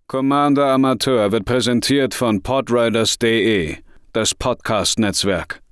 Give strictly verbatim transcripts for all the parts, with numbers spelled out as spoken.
Commander Amateur wird präsentiert von Podriders punkt de, das Podcast-Netzwerk.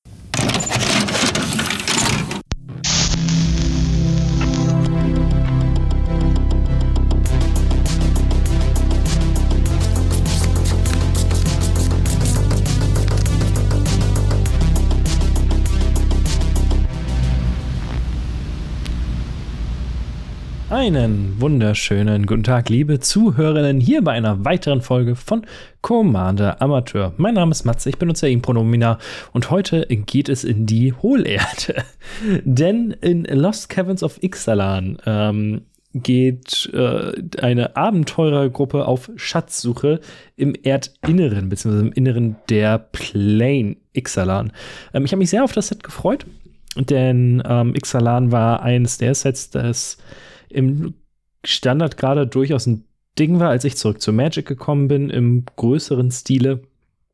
Einen wunderschönen guten Tag, liebe Zuhörerinnen, hier bei einer weiteren Folge von Commander Amateur. Mein Name ist Matze, ich benutze ihm Pronomina und heute geht es in die Hohlerde. Denn in Lost Caverns of Ixalan ähm, geht äh, eine Abenteurergruppe auf Schatzsuche im Erdinneren, beziehungsweise im Inneren der Plane Ixalan. Ähm, ich habe mich sehr auf das Set gefreut, denn ähm, Ixalan war eines der Sets, das im Standard gerade durchaus ein Ding war, als ich zurück zu Magic gekommen bin, im größeren Stile.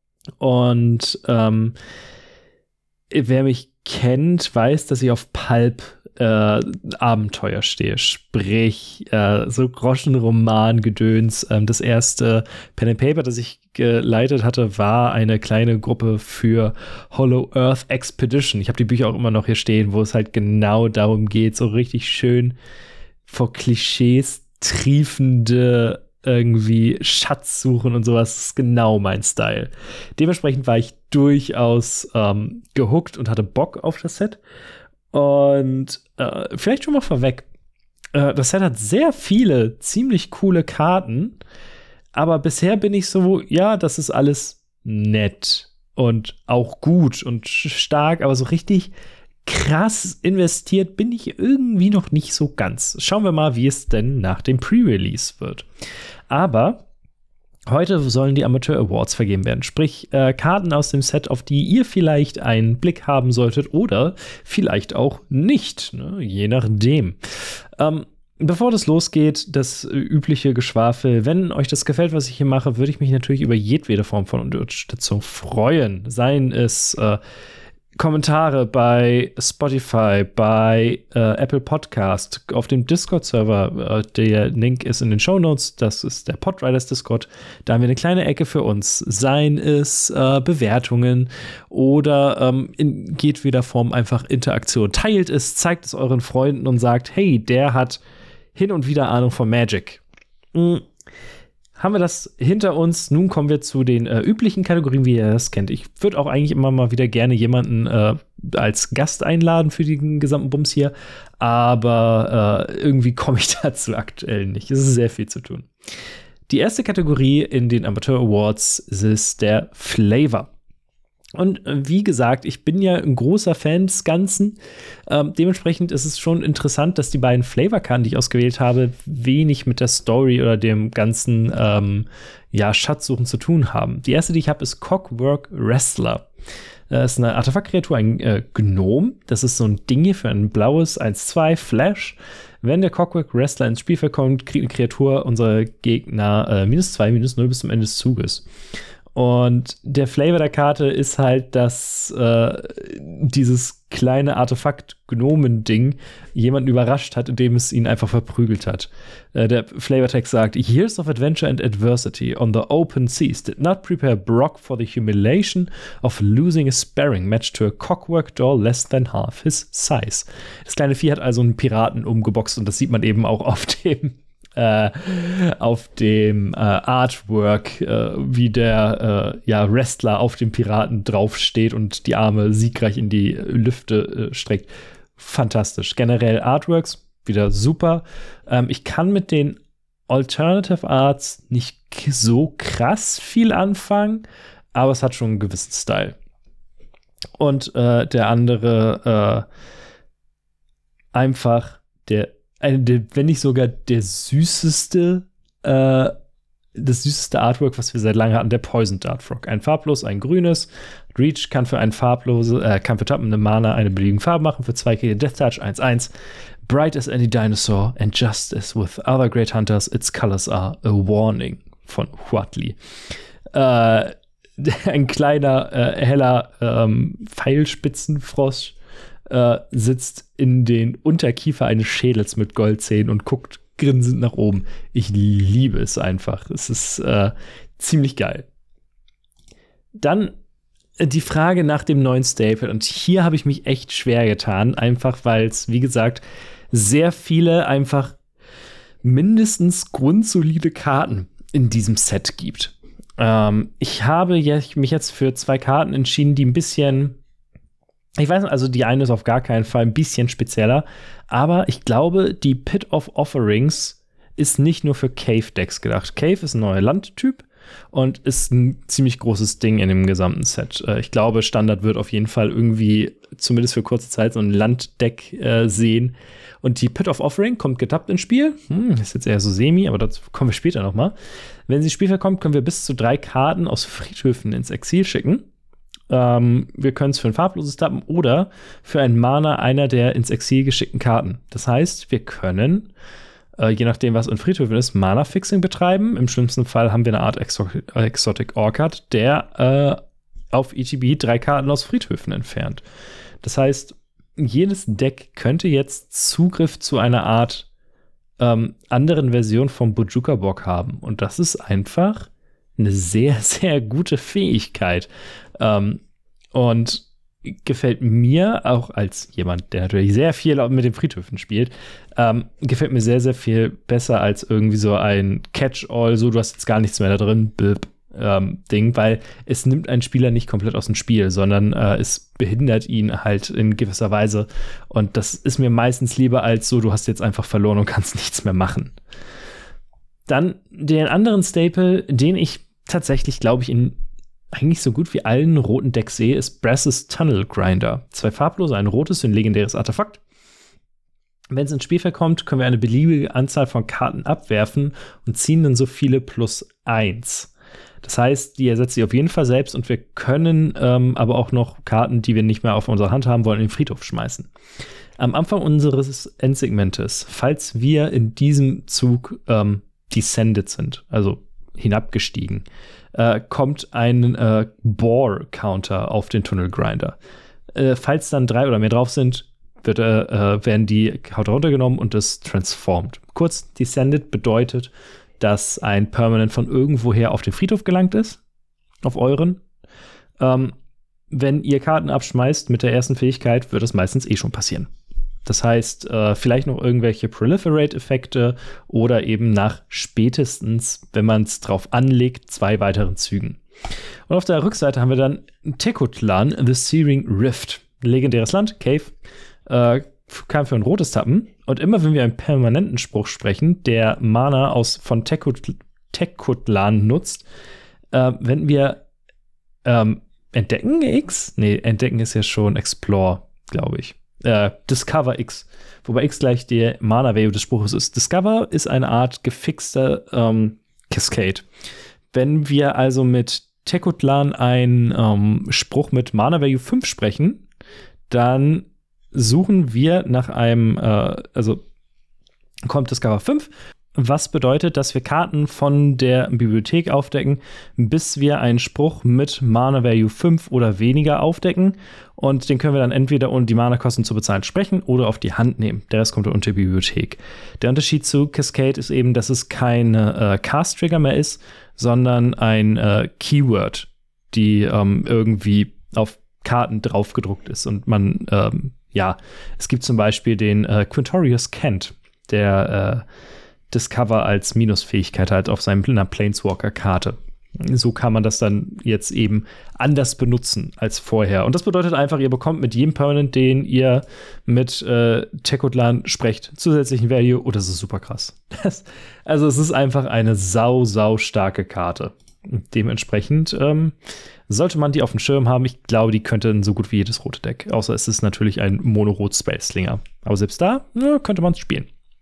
Und ähm, wer mich kennt, weiß, dass ich auf Pulp äh, Abenteuer stehe. Sprich, äh, so Groschenroman-Gedöns. Ähm, das erste Pen and Paper, das ich geleitet hatte, war eine kleine Gruppe für Hollow Earth Expedition. Ich habe die Bücher auch immer noch hier stehen, wo es halt genau darum geht, so richtig schön vor Klischees triefende irgendwie Schatzsuchen und sowas. Das ist genau mein Style. Dementsprechend war ich durchaus ähm, gehuckt und hatte Bock auf das Set. Und äh, vielleicht schon mal vorweg, äh, das Set hat sehr viele ziemlich coole Karten, aber bisher bin ich so, ja, das ist alles nett und auch gut und stark, aber so richtig krass investiert bin ich irgendwie noch nicht so ganz. Schauen wir mal, wie es denn nach dem Pre-Release wird. Aber heute sollen die Amateur Awards vergeben werden. Sprich, äh, Karten aus dem Set, auf die ihr vielleicht einen Blick haben solltet oder vielleicht auch nicht, ne? Je nachdem. Ähm, Bevor das losgeht, das äh, übliche Geschwafel. Wenn euch das gefällt, was ich hier mache, würde ich mich natürlich über jedwede Form von Unterstützung freuen. Seien es äh, Kommentare bei Spotify, bei äh, Apple Podcast, auf dem Discord-Server. Äh, der Link ist in den Shownotes. Das ist der Podriders Discord. Da haben wir eine kleine Ecke für uns. Seien es äh, Bewertungen oder ähm, in jedweder Form einfach Interaktion. Teilt es, zeigt es euren Freunden und sagt, hey, der hat hin und wieder Ahnung von Magic. Mhm. Haben wir das hinter uns. Nun kommen wir zu den äh, üblichen Kategorien, wie ihr das kennt. Ich würde auch eigentlich immer mal wieder gerne jemanden äh, als Gast einladen für den gesamten Bums hier, aber äh, irgendwie komme ich dazu aktuell nicht. Es ist sehr viel zu tun. Die erste Kategorie in den Amateur Awards ist der Flavor. Und äh, wie gesagt, ich bin ja ein großer Fan des Ganzen. Ähm, dementsprechend ist es schon interessant, dass die beiden Flavor-Karten, die ich ausgewählt habe, wenig mit der Story oder dem ganzen ähm, ja, Schatzsuchen zu tun haben. Die erste, die ich habe, ist Cockwork Wrestler. Das ist eine Artefaktkreatur, ein äh, Gnom. Das ist so ein Ding hier für ein blaues eins zwei Flash. Wenn der Cockwork Wrestler ins Spielfeld kommt, kriegt eine Kreatur unsere Gegner äh, minus zwei, minus null bis zum Ende des Zuges. Und der Flavor der Karte ist halt, dass äh, dieses kleine Artefakt-Gnomen-Ding jemanden überrascht hat, indem es ihn einfach verprügelt hat. Äh, der Flavor-Text sagt, Years of Adventure and Adversity on the open seas did not prepare Brock for the humiliation of losing a sparring match to a cockwork doll less than half his size. Das kleine Vieh hat also einen Piraten umgeboxt und das sieht man eben auch auf dem Äh, auf dem äh, Artwork, äh, wie der äh, ja, Wrestler auf dem Piraten draufsteht und die Arme siegreich in die Lüfte äh, streckt. Fantastisch. Generell Artworks, wieder super. Ähm, ich kann mit den Alternative Arts nicht so krass viel anfangen, aber es hat schon einen gewissen Style. Und äh, der andere äh, einfach der Eine der, wenn nicht sogar der süßeste, äh, das süßeste Artwork, was wir seit langem hatten, der Poison Dart Frog. Ein farblos, ein grünes. Reach kann für ein farblose, äh, kann für tappende Mana eine beliebige Farbe machen, für zwei Kille Death Touch eins eins. Bright as any dinosaur, and just as with other great hunters, its colors are a warning. Von Huatli. Äh, ein kleiner, äh, heller ähm, Pfeilspitzenfrosch äh, sitzt in den Unterkiefer eines Schädels mit Goldzähnen und guckt grinsend nach oben. Ich liebe es einfach. Es ist äh, ziemlich geil. Dann die Frage nach dem neuen Staple. Und hier habe ich mich echt schwer getan, einfach weil es, wie gesagt, sehr viele einfach mindestens grundsolide Karten in diesem Set gibt. Ähm, ich habe jetzt, mich jetzt für zwei Karten entschieden, die ein bisschen, ich weiß nicht, also die eine ist auf gar keinen Fall ein bisschen spezieller, aber ich glaube, die Pit of Offerings ist nicht nur für Cave-Decks gedacht. Cave ist ein neuer Landtyp und ist ein ziemlich großes Ding in dem gesamten Set. Äh, ich glaube, Standard wird auf jeden Fall irgendwie, zumindest für kurze Zeit, so ein Landdeck äh, sehen. Und die Pit of Offering kommt getappt ins Spiel. Hm, ist jetzt eher so semi, aber dazu kommen wir später noch mal. Wenn sie ins Spielfeld kommt, können wir bis zu drei Karten aus Friedhöfen ins Exil schicken. Ähm, wir können es für ein farbloses tappen oder für einen Mana einer der ins Exil geschickten Karten. Das heißt, wir können, äh, je nachdem, was in Friedhöfen ist, Mana-Fixing betreiben. Im schlimmsten Fall haben wir eine Art Exo- Exotic Orchid, der äh, auf E T B drei Karten aus Friedhöfen entfernt. Das heißt, jedes Deck könnte jetzt Zugriff zu einer Art ähm, anderen Version vom Bojuka-Bock haben. Und das ist einfach eine sehr, sehr gute Fähigkeit. Ähm, und gefällt mir auch als jemand, der natürlich sehr viel mit den Friedhöfen spielt, ähm, gefällt mir sehr, sehr viel besser als irgendwie so ein Catch-all, so du hast jetzt gar nichts mehr da drin, blub, ähm, Ding, weil es nimmt einen Spieler nicht komplett aus dem Spiel, sondern äh, es behindert ihn halt in gewisser Weise. Und das ist mir meistens lieber als so, du hast jetzt einfach verloren und kannst nichts mehr machen. Dann den anderen Staple, den ich tatsächlich, glaube ich, in eigentlich so gut wie allen roten Decks sehe, ist Brass's Tunnel Grinder. Zwei farblose, ein rotes und ein legendäres Artefakt. Wenn es ins Spielfeld kommt, können wir eine beliebige Anzahl von Karten abwerfen und ziehen dann so viele plus eins. Das heißt, die ersetzt sie auf jeden Fall selbst und wir können ähm, aber auch noch Karten, die wir nicht mehr auf unserer Hand haben wollen, in den Friedhof schmeißen. Am Anfang unseres Endsegmentes, falls wir in diesem Zug ähm, descended sind, also hinabgestiegen, äh, kommt ein äh, Bore-Counter auf den Tunnelgrinder. Äh, falls dann drei oder mehr drauf sind, wird, äh, werden die Counter runtergenommen und es transformed. Kurz, descended bedeutet, dass ein Permanent von irgendwoher auf den Friedhof gelangt ist, auf euren. Ähm, wenn ihr Karten abschmeißt mit der ersten Fähigkeit, wird das meistens eh schon passieren. Das heißt, äh, vielleicht noch irgendwelche Proliferate-Effekte oder eben nach spätestens, wenn man es drauf anlegt, zwei weiteren Zügen. Und auf der Rückseite haben wir dann Tecutlan, The Searing Rift. Legendäres Land, Cave, äh, kann für ein rotes tappen. Und immer wenn wir einen permanenten Spruch sprechen, der Mana aus von Tekut, Tecutlan nutzt, äh, wenn wir ähm, Entdecken X? Nee, Entdecken ist ja schon Explore, glaube ich. Äh, Discover X. Wobei X gleich der Mana-Value des Spruches ist. Discover ist eine Art gefixter ähm, Cascade. Wenn wir also mit Tecutlan einen ähm, Spruch mit Mana-Value fünf sprechen, dann suchen wir nach einem, äh, also kommt Discover fünf, was bedeutet, dass wir Karten von der Bibliothek aufdecken, bis wir einen Spruch mit Mana Value fünf oder weniger aufdecken. Und den können wir dann entweder ohne die Mana-Kosten zu bezahlen sprechen oder auf die Hand nehmen. Der Rest kommt unter die Bibliothek. Der Unterschied zu Cascade ist eben, dass es keine äh, Cast-Trigger mehr ist, sondern ein äh, Keyword, die ähm, irgendwie auf Karten draufgedruckt ist. Und man, ähm, ja, es gibt zum Beispiel den äh, Quintorius Kent, der äh, Discover als Minusfähigkeit hat auf seiner Planeswalker-Karte. So kann man das dann jetzt eben anders benutzen als vorher. Und das bedeutet einfach, ihr bekommt mit jedem Permanent, den ihr mit äh, Tecutlan sprecht, zusätzlichen Value. Oh, das ist super krass. Das, also es ist einfach eine sau, sau starke Karte. Dementsprechend ähm, sollte man die auf dem Schirm haben. Ich glaube, die könnte so gut wie jedes rote Deck. Außer es ist natürlich ein Mono-Rot-Spellslinger. Aber selbst da ja, könnte man es spielen.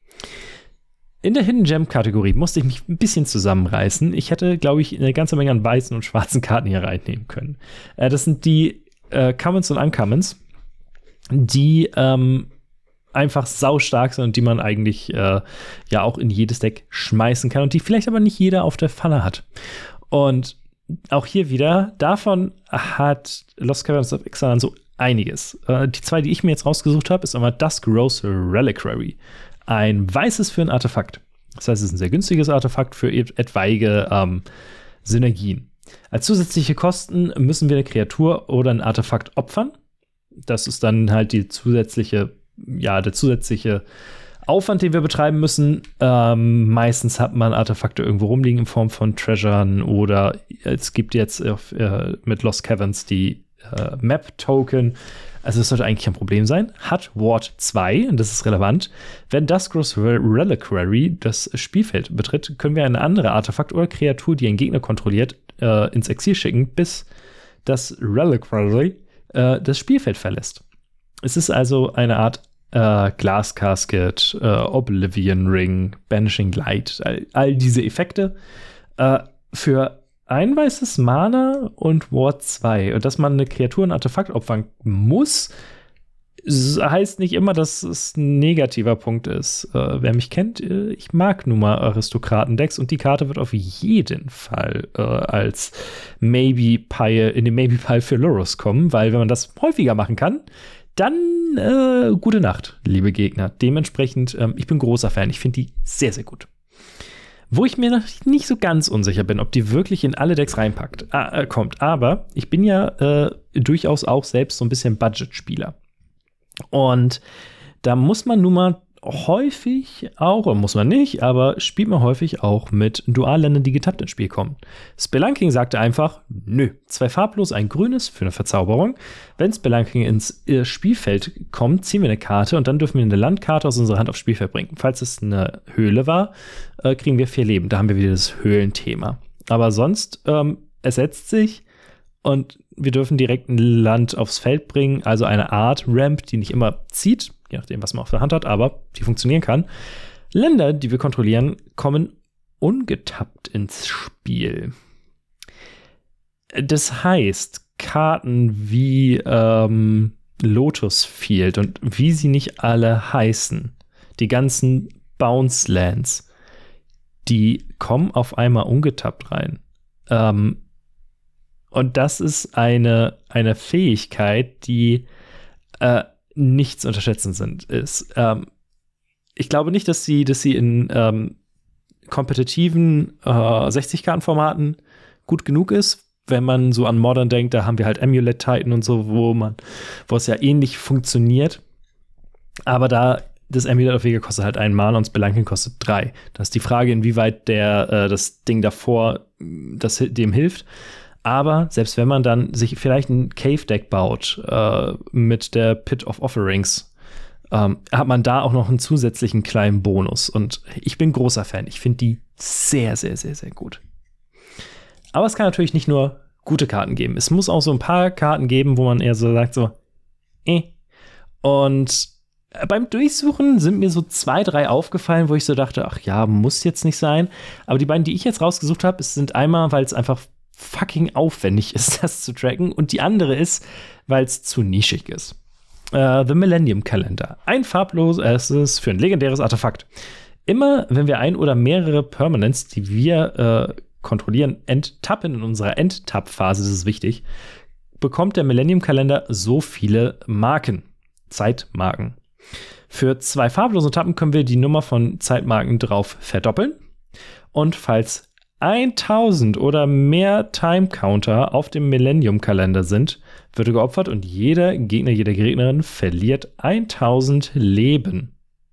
In der Hidden Gem-Kategorie musste ich mich ein bisschen zusammenreißen. Ich hätte, glaube ich, eine ganze Menge an weißen und schwarzen Karten hier reinnehmen können. Äh, das sind die äh, Commons und Uncommons, die ähm, einfach saustark sind und die man eigentlich äh, ja auch in jedes Deck schmeißen kann und die vielleicht aber nicht jeder auf der Pfanne hat. Und auch hier wieder, davon hat Lost Caverns of Ixalan so einiges. Äh, die zwei, die ich mir jetzt rausgesucht habe, ist einmal Dusk Rose Reliquary. Ein weißes für ein Artefakt. Das heißt, es ist ein sehr günstiges Artefakt für etwaige ähm, Synergien. Als zusätzliche Kosten müssen wir eine Kreatur oder ein Artefakt opfern. Das ist dann halt die zusätzliche, ja, der zusätzliche Aufwand, den wir betreiben müssen. Ähm, meistens hat man Artefakte irgendwo rumliegen in Form von Treasuren oder es gibt jetzt auf, äh, mit Lost Caverns die äh, Map-Token. Also das sollte eigentlich kein Problem sein. Hat Ward zwei, und das ist relevant. Wenn Duskros Reliquary das Spielfeld betritt, können wir eine andere Artefakt oder Kreatur, die einen Gegner kontrolliert, äh, ins Exil schicken, bis das Reliquary äh, das Spielfeld verlässt. Es ist also eine Art äh, Glass Casket, äh, Oblivion Ring, Banishing Light, all, all diese Effekte äh, für ein weißes Mana und Ward zwei. Und dass man eine Kreatur ein Artefakt opfern muss, heißt nicht immer, dass es ein negativer Punkt ist. Äh, wer mich kennt, äh, ich mag nun mal Aristokraten-Decks und die Karte wird auf jeden Fall äh, als Maybe-Pile in den Maybe-Pile für Lurrus kommen, weil wenn man das häufiger machen kann, dann äh, gute Nacht, liebe Gegner. Dementsprechend, äh, ich bin großer Fan. Ich finde die sehr, sehr gut. Wo ich mir noch nicht so ganz unsicher bin, ob die wirklich in alle Decks reinpackt, äh, kommt. Aber ich bin ja äh, durchaus auch selbst so ein bisschen Budget-Spieler. Und da muss man nun mal häufig auch, oder muss man nicht, aber spielt man häufig auch mit Dualländern, die getappt ins Spiel kommen. Spelunking sagte einfach, nö, zwei farblos, ein grünes für eine Verzauberung. Wenn Spelunking ins Spielfeld kommt, ziehen wir eine Karte und dann dürfen wir eine Landkarte aus unserer Hand aufs Spielfeld bringen. Falls es eine Höhle war, äh, kriegen wir vier Leben. Da haben wir wieder das Höhlenthema. Aber sonst ähm, ersetzt sich und wir dürfen direkt ein Land aufs Feld bringen, also eine Art Ramp, die nicht immer zieht, je nachdem, was man auf der Hand hat, aber die funktionieren kann. Länder, die wir kontrollieren, kommen ungetappt ins Spiel. Das heißt, Karten wie ähm, Lotus Field und wie sie nicht alle heißen, die ganzen Bounce Lands, die kommen auf einmal ungetappt rein. Ähm, und das ist eine, eine Fähigkeit, die äh, nicht zu unterschätzen sind, ist. Ähm, ich glaube nicht, dass sie, dass sie in ähm, kompetitiven äh, sechzig-Karten-Formaten gut genug ist. Wenn man so an Modern denkt, da haben wir halt Amulet Titan und so, wo man, wo es ja ähnlich funktioniert. Aber da das Amulet auf Wege kostet halt einen Mana und Spelunking kostet drei. Da ist die Frage, inwieweit der äh, das Ding davor das dem hilft. Aber selbst wenn man dann sich vielleicht ein Cave-Deck baut äh, mit der Pit of Offerings, ähm, hat man da auch noch einen zusätzlichen kleinen Bonus. Und ich bin großer Fan. Ich finde die sehr, sehr, sehr, sehr gut. Aber es kann natürlich nicht nur gute Karten geben. Es muss auch so ein paar Karten geben, wo man eher so sagt, so, eh. Und beim Durchsuchen sind mir so zwei, drei aufgefallen, wo ich so dachte, ach ja, muss jetzt nicht sein. Aber die beiden, die ich jetzt rausgesucht habe, sind einmal, weil es einfach fucking aufwendig ist, das zu tracken. Und die andere ist, weil es zu nischig ist. Uh, The Millennium Calendar. Ein farbloses für ein legendäres Artefakt. Immer, wenn wir ein oder mehrere Permanents, die wir äh, kontrollieren, enttappen in unserer Endtapp-Phase, das ist wichtig, bekommt der Millennium Calendar so viele Marken. Zeitmarken. Für zwei farblose Tappen können wir die Nummer von Zeitmarken drauf verdoppeln. Und falls tausend oder mehr Time-Counter auf dem Millennium-Kalender sind, wird er geopfert und jeder Gegner, jede Gegnerin verliert tausend Leben.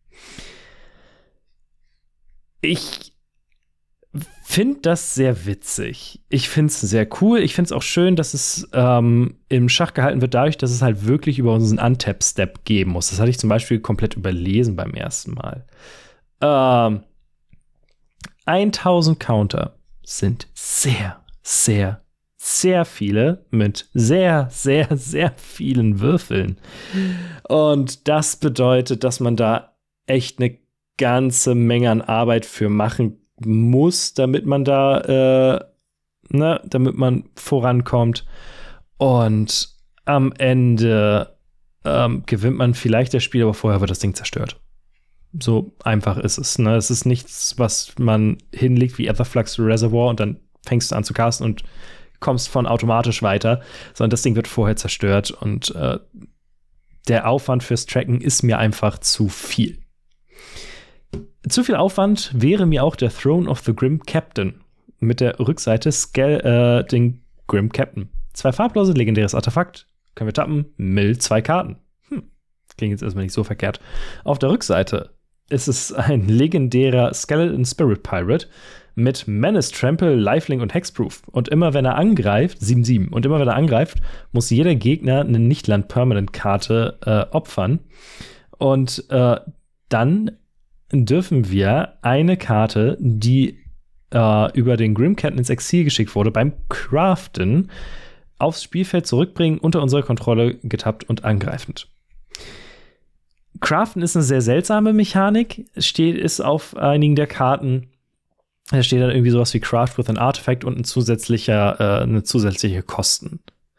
Ich finde das sehr witzig. Ich finde es sehr cool. Ich finde es auch schön, dass es ähm, im Schach gehalten wird, dadurch, dass es halt wirklich über unseren Untap-Step geben muss. Das hatte ich zum Beispiel komplett überlesen beim ersten Mal. Ähm, tausend Counter sind sehr, sehr, sehr viele mit sehr, sehr, sehr vielen Würfeln. Und das bedeutet, dass man da echt eine ganze Menge an Arbeit für machen muss, damit man da, äh, ne, damit man vorankommt. Und am Ende ähm, gewinnt man vielleicht das Spiel, aber vorher wird das Ding zerstört. So einfach ist es. Ne? Es ist nichts, was man hinlegt wie Etherflux Reservoir und dann fängst du an zu casten und kommst von automatisch weiter, sondern das Ding wird vorher zerstört und äh, der Aufwand fürs Tracken ist mir einfach zu viel. Zu viel Aufwand wäre mir auch der Throne of the Grim Captain mit der Rückseite Scale, äh, den Grim Captain. Zwei farblose, legendäres Artefakt. Können wir tappen. Mill, zwei Karten. Hm. Klingt jetzt erstmal nicht so verkehrt. Auf der Rückseite ist es ein legendärer Skeleton Spirit Pirate mit Menace, Trample, Lifelink und Hexproof. Und immer wenn er angreift, sieben sieben, und immer wenn er angreift, muss jeder Gegner eine Nicht-Land-Permanent-Karte äh, opfern. Und äh, dann dürfen wir eine Karte, die äh, über den Grim Captain ins Exil geschickt wurde, beim Craften aufs Spielfeld zurückbringen, unter unserer Kontrolle getappt und angreifend. Craften ist eine sehr seltsame Mechanik. Es steht, ist auf einigen der Karten, da steht dann irgendwie sowas wie Craft with an Artifact und ein zusätzlicher, äh, eine zusätzliche Kosten.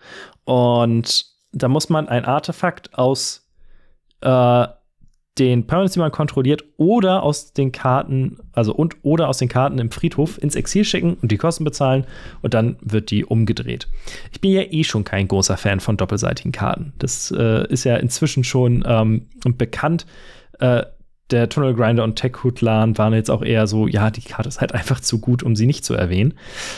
Und da muss man ein Artefakt aus äh, den Permanents, die man kontrolliert, oder aus den Karten, also und oder aus den Karten im Friedhof ins Exil schicken und die Kosten bezahlen und dann wird die umgedreht. Ich bin ja eh schon kein großer Fan von doppelseitigen Karten. Das äh, ist ja inzwischen schon ähm, bekannt. Äh, der Tunnel Grinder und Tech Hoodlan waren jetzt auch eher so, ja, die Karte ist halt einfach zu gut, um sie nicht zu erwähnen.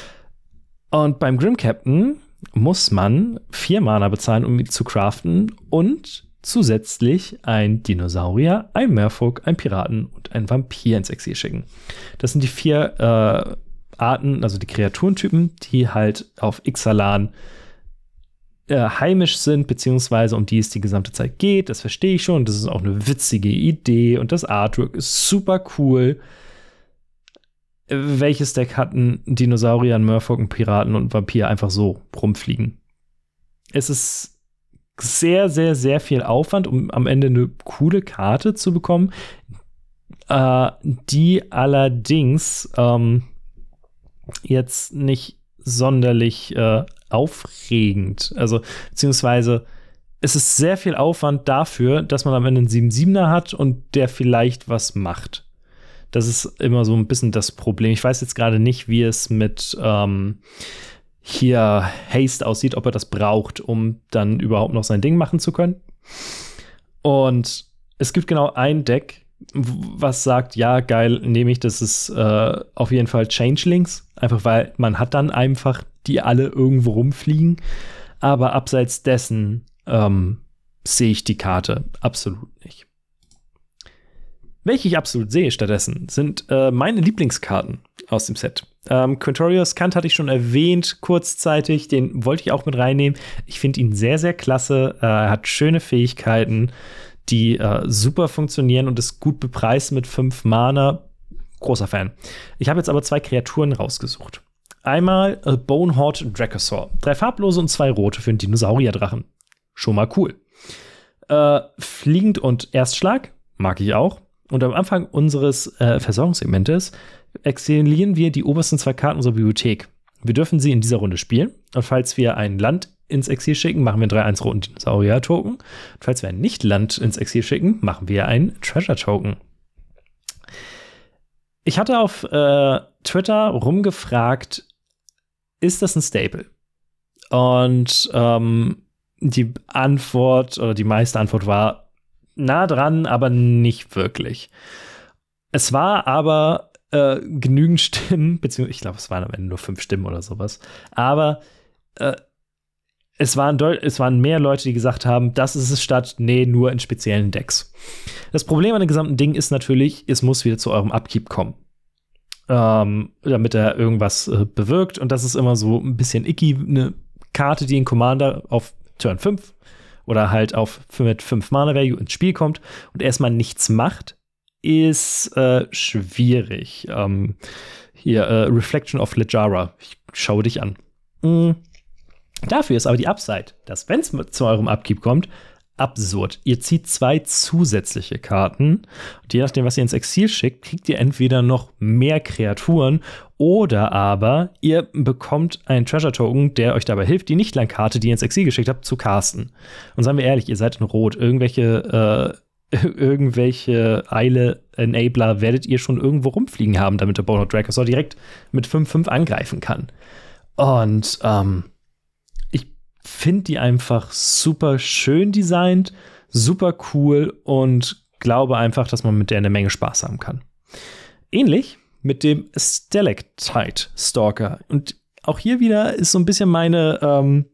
Und beim Grim Captain muss man vier Mana bezahlen, um ihn zu craften und zusätzlich ein Dinosaurier, ein Merfolk, ein Piraten und ein Vampir ins Exil schicken. Das sind die vier äh, Arten, also die Kreaturentypen, die halt auf Ixalan äh, heimisch sind, beziehungsweise um die es die gesamte Zeit geht. Das verstehe ich schon. Das ist auch eine witzige Idee und das Artwork ist super cool. Welches Deck hat ein Dinosaurier, ein Merfolk, ein Piraten und ein Vampir einfach so rumfliegen? Es ist sehr, sehr, sehr viel Aufwand, um am Ende eine coole Karte zu bekommen, äh, die allerdings ähm, jetzt nicht sonderlich äh, aufregend, also beziehungsweise es ist sehr viel Aufwand dafür, dass man am Ende einen sieben siebener hat und der vielleicht was macht. Das ist immer so ein bisschen das Problem. Ich weiß jetzt gerade nicht, wie es mit ähm, hier Haste aussieht, ob er das braucht, um dann überhaupt noch sein Ding machen zu können. Und es gibt genau ein Deck, was sagt, ja, geil, nehme ich, das ist äh, auf jeden Fall Changelings, einfach weil man hat dann einfach die alle irgendwo rumfliegen. Aber abseits dessen ähm, sehe ich die Karte absolut nicht. Welche ich absolut sehe stattdessen, sind äh, meine Lieblingskarten aus dem Set. Ähm, Quintorius Kant hatte ich schon erwähnt, kurzzeitig, den wollte ich auch mit reinnehmen. Ich finde ihn sehr, sehr klasse. Äh, er hat schöne Fähigkeiten, die äh, super funktionieren und ist gut bepreist mit fünf Mana. Großer Fan. Ich habe jetzt aber zwei Kreaturen rausgesucht. Einmal äh, Bonehorde Dracosaur. Drei farblose und zwei rote für einen Dinosaurier-Drachen. Schon mal cool. Äh, fliegend und Erstschlag, mag ich auch. Und am Anfang unseres äh, Versorgungssegmentes exilieren wir die obersten zwei Karten unserer Bibliothek. Wir dürfen sie in dieser Runde spielen. Und falls wir ein Land ins Exil schicken, machen wir einen drei eins roten Dinosaurier-Token. Und falls wir ein Nicht-Land ins Exil schicken, machen wir einen Treasure-Token. Ich hatte auf äh, Twitter rumgefragt, ist das ein Staple? Und ähm, die Antwort, oder die meiste Antwort war, nah dran, aber nicht wirklich. Es war aber äh, genügend Stimmen, beziehungsweise ich glaube, es waren am Ende nur fünf Stimmen oder sowas. Aber äh, es, waren es waren mehr Leute, die gesagt haben, das ist es statt, nee, nur in speziellen Decks. Das Problem an dem gesamten Ding ist natürlich, es muss wieder zu eurem Upkeep kommen. Ähm, damit er irgendwas äh, bewirkt. Und das ist immer so ein bisschen icky. Eine Karte, die in Commander auf Turn fünf oder halt auf mit fünf Mana-Value ins Spiel kommt und erstmal nichts macht, ist äh, schwierig. Ähm, hier, äh, Reflection of Littjara. Ich schaue dich an. Mhm. Dafür ist aber die Upside, dass, wenn es zu eurem Upkeep kommt, absurd. Ihr zieht zwei zusätzliche Karten und je nachdem, was ihr ins Exil schickt, kriegt ihr entweder noch mehr Kreaturen oder aber ihr bekommt einen Treasure-Token, der euch dabei hilft, die Nicht-Land-Karte, die ihr ins Exil geschickt habt, zu casten. Und seien wir ehrlich, ihr seid in Rot. Irgendwelche, äh, irgendwelche Eile-Enabler werdet ihr schon irgendwo rumfliegen haben, damit der Bonehorde Dracosaur direkt mit fünf fünf angreifen kann. Und ähm, finde die einfach super schön designt, super cool und glaube einfach, dass man mit der eine Menge Spaß haben kann. Ähnlich mit dem Stalactite Stalker. Und auch hier wieder ist so ein bisschen meine, ähm,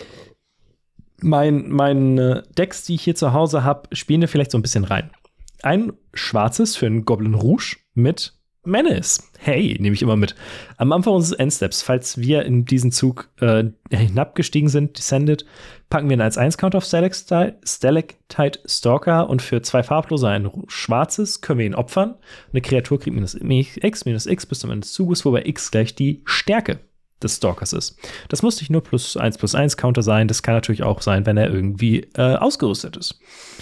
mein, meine Decks, die ich hier zu Hause habe, spielen da vielleicht so ein bisschen rein. Ein schwarzes für einen Goblin Rouge mit Menace. Hey, nehme ich immer mit. Am Anfang unseres Endsteps, falls wir in diesen Zug äh, hinabgestiegen sind, descended, packen wir einen eins eins Counter auf Stalactite, Stalactite Stalker und für zwei farblose ein schwarzes können wir ihn opfern. Eine Kreatur kriegt minus X, minus X bis zum Ende des Zuges, wobei X gleich die Stärke des Stalkers ist. Das muss nicht nur plus eins plus eins Counter sein, das kann natürlich auch sein, wenn er irgendwie äh, ausgerüstet ist.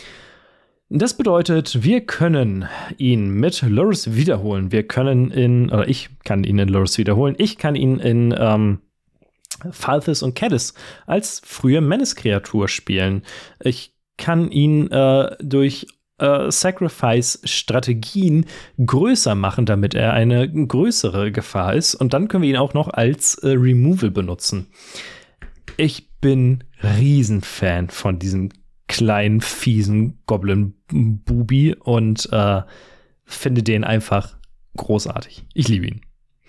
Das bedeutet, wir können ihn mit Lurrus wiederholen. Wir können in, oder ich kann ihn in Lurrus wiederholen. Ich kann ihn in ähm, Falthis und Caddis als frühe Menace-Kreatur spielen. Ich kann ihn äh, durch äh, Sacrifice-Strategien größer machen, damit er eine größere Gefahr ist. Und dann können wir ihn auch noch als äh, Removal benutzen. Ich bin Riesenfan von diesem kleinen, fiesen Goblin-Bubi und äh, finde den einfach großartig. Ich liebe ihn.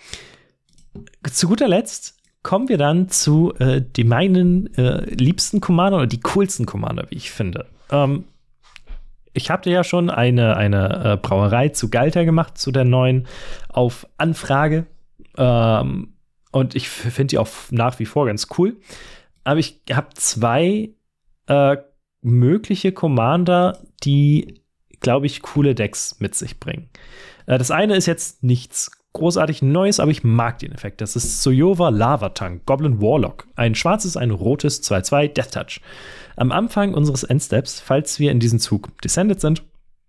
Zu guter Letzt kommen wir dann zu äh, die meinen äh, liebsten Commander oder die coolsten Commander, wie ich finde. Ähm, ich hatte ja schon eine, eine äh, Brauerei zu Galter gemacht, zu der neuen, auf Anfrage. Ähm, und ich finde die auch nach wie vor ganz cool. Aber ich habe zwei äh, mögliche Commander, die, glaube ich, coole Decks mit sich bringen. Äh, das eine ist jetzt nichts großartig Neues, aber ich mag den Effekt. Das ist Soyova Lavatank, Goblin Warlock. Ein schwarzes, ein rotes, zwei zwei, Death Touch. Am Anfang unseres Endsteps, falls wir in diesen Zug descended sind,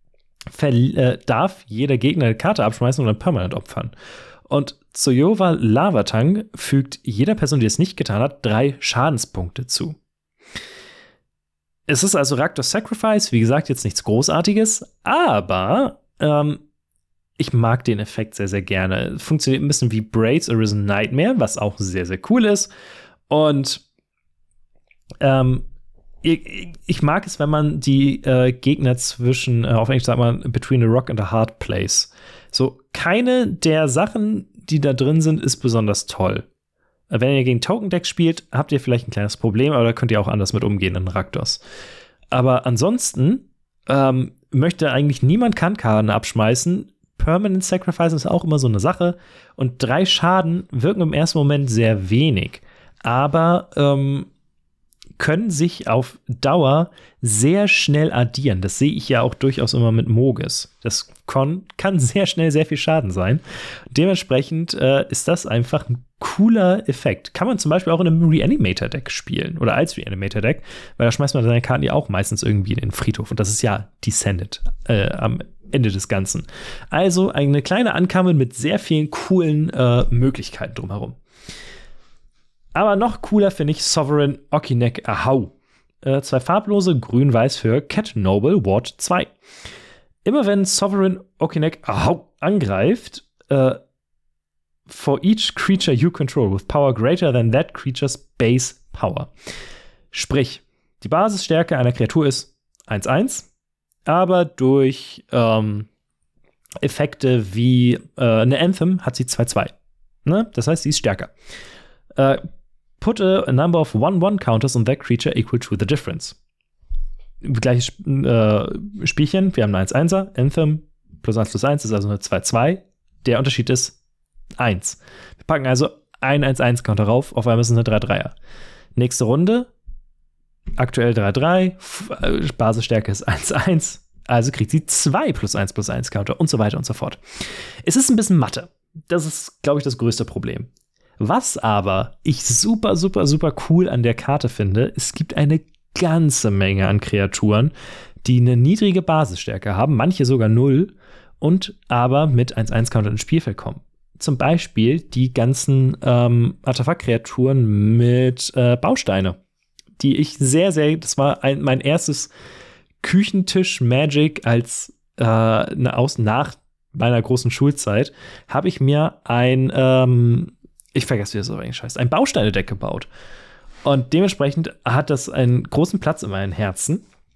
äh, darf jeder Gegner eine Karte abschmeißen und ein Permanent opfern. Und Soyova Lavatank fügt jeder Person, die es nicht getan hat, drei Schadenspunkte zu. Es ist also Rakdos Sacrifice, wie gesagt, jetzt nichts Großartiges, aber ähm, ich mag den Effekt sehr, sehr gerne. Funktioniert ein bisschen wie Braids Arisen Nightmare, was auch sehr, sehr cool ist. Und ähm, ich, ich mag es, wenn man die äh, Gegner zwischen, äh, auf Englisch sagt man, between a rock and a hard place. So, keine der Sachen, die da drin sind, ist besonders toll. Wenn ihr gegen Token-Decks spielt, habt ihr vielleicht ein kleines Problem, aber da könnt ihr auch anders mit umgehen in Rakdos. Aber ansonsten ähm, möchte eigentlich niemand Kantkarten abschmeißen. Permanent Sacrifice ist auch immer so eine Sache. Und drei Schaden wirken im ersten Moment sehr wenig. Aber ähm, können sich auf Dauer sehr schnell addieren. Das sehe ich ja auch durchaus immer mit Mogis. Das kann, kann sehr schnell sehr viel Schaden sein. Dementsprechend äh, ist das einfach ein cooler Effekt. Kann man zum Beispiel auch in einem Reanimator-Deck spielen oder als Reanimator-Deck, weil da schmeißt man seine Karten ja auch meistens irgendwie in den Friedhof. Und das ist ja Descended äh, am Ende des Ganzen. Also eine kleine Ankammel mit sehr vielen coolen äh, Möglichkeiten drumherum. Aber noch cooler finde ich Sovereign Okinek Ahau. Äh, zwei farblose, grün-weiß für Cat Noble Ward zwei. Immer wenn Sovereign Okinek Ahau angreift, äh, for each creature you control with power greater than that creature's base power. Sprich, die Basisstärke einer Kreatur ist eins eins, aber durch ähm, Effekte wie äh, eine Anthem hat sie zwei zwei. Ne? Das heißt, sie ist stärker. Äh, Put a, a number of one one counters on that creature equal to the difference. Gleiches äh, Spielchen, wir haben eine eins einser, Anthem plus eins plus eins ist also eine zwei zwei. Der Unterschied ist eins. Wir packen also ein eins eins Counter rauf, auf einmal ist es eine drei dreier. Nächste Runde, aktuell drei drei, Basisstärke ist eins eins, also kriegt sie zwei plus eins plus eins Counter und so weiter und so fort. Es ist ein bisschen Mathe. Das ist, glaube ich, das größte Problem. Was aber ich super, super, super cool an der Karte finde, es gibt eine ganze Menge an Kreaturen, die eine niedrige Basisstärke haben, manche sogar null, und aber mit eins eins Counter ins Spielfeld kommen. Zum Beispiel die ganzen ähm, Artefakt-Kreaturen mit äh, Bausteine, die ich sehr, sehr, das war ein, mein erstes Küchentisch-Magic als äh, eine Aus nach meiner großen Schulzeit, habe ich mir ein ähm, ich vergesse, wie das auf Englisch heißt, ein Bausteine-Deck gebaut. Und dementsprechend hat das einen großen Platz in meinem Herzen.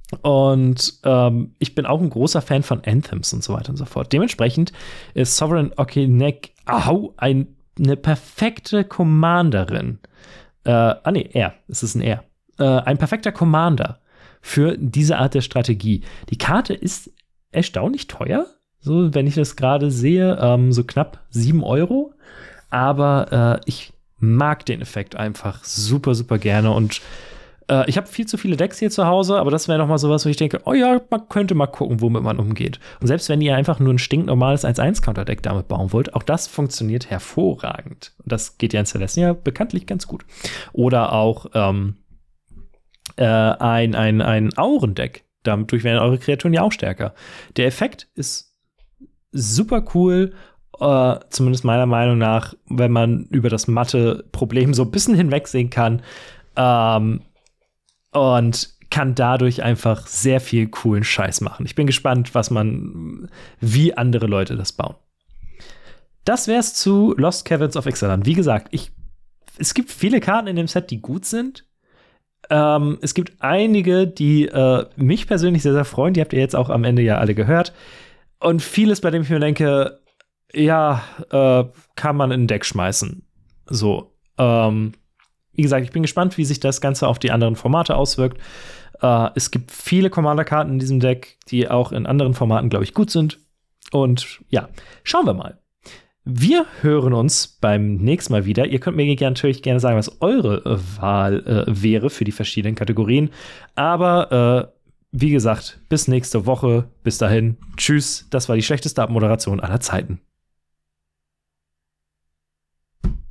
Und ähm, ich bin auch ein großer Fan von Anthems und so weiter und so fort. Dementsprechend ist Sovereign Okinek au, ein, eine perfekte Commanderin. Äh, ah nee, er, es ist ein er. Äh, ein perfekter Commander für diese Art der Strategie. Die Karte ist erstaunlich teuer, so wenn ich das gerade sehe, ähm, so knapp sieben Euro. Aber äh, ich mag den Effekt einfach super, super gerne und äh, ich habe viel zu viele Decks hier zu Hause, aber das wäre noch mal sowas, wo ich denke, oh ja, man könnte mal gucken, womit man umgeht. Und selbst wenn ihr einfach nur ein stinknormales eins eins Counterdeck damit bauen wollt, auch das funktioniert hervorragend. Und das geht ja in Celestia bekanntlich ganz gut. Oder auch ähm, äh, ein, ein, ein Aurendeck. Dadurch werden eure Kreaturen ja auch stärker. Der Effekt ist super cool, äh, zumindest meiner Meinung nach, wenn man über das Mathe-Problem so ein bisschen hinwegsehen kann. Ähm, und kann dadurch einfach sehr viel coolen Scheiß machen. Ich bin gespannt, was man, wie andere Leute das bauen. Das wär's zu Lost Caverns of Ixalan. Wie gesagt, ich, es gibt viele Karten in dem Set, die gut sind. Ähm, es gibt einige, die äh, mich persönlich sehr, sehr freuen. Die habt ihr jetzt auch am Ende ja alle gehört. Und vieles, bei dem ich mir denke, ja, äh, kann man in ein Deck schmeißen. So, ähm, wie gesagt, ich bin gespannt, wie sich das Ganze auf die anderen Formate auswirkt. Äh, es gibt viele Commander-Karten in diesem Deck, die auch in anderen Formaten, glaube ich, gut sind. Und ja, schauen wir mal. Wir hören uns beim nächsten Mal wieder. Ihr könnt mir natürlich gerne sagen, was eure äh, Wahl äh, wäre für die verschiedenen Kategorien. Aber äh, wie gesagt, bis nächste Woche. Bis dahin. Tschüss. Das war die schlechteste Abmoderation aller Zeiten.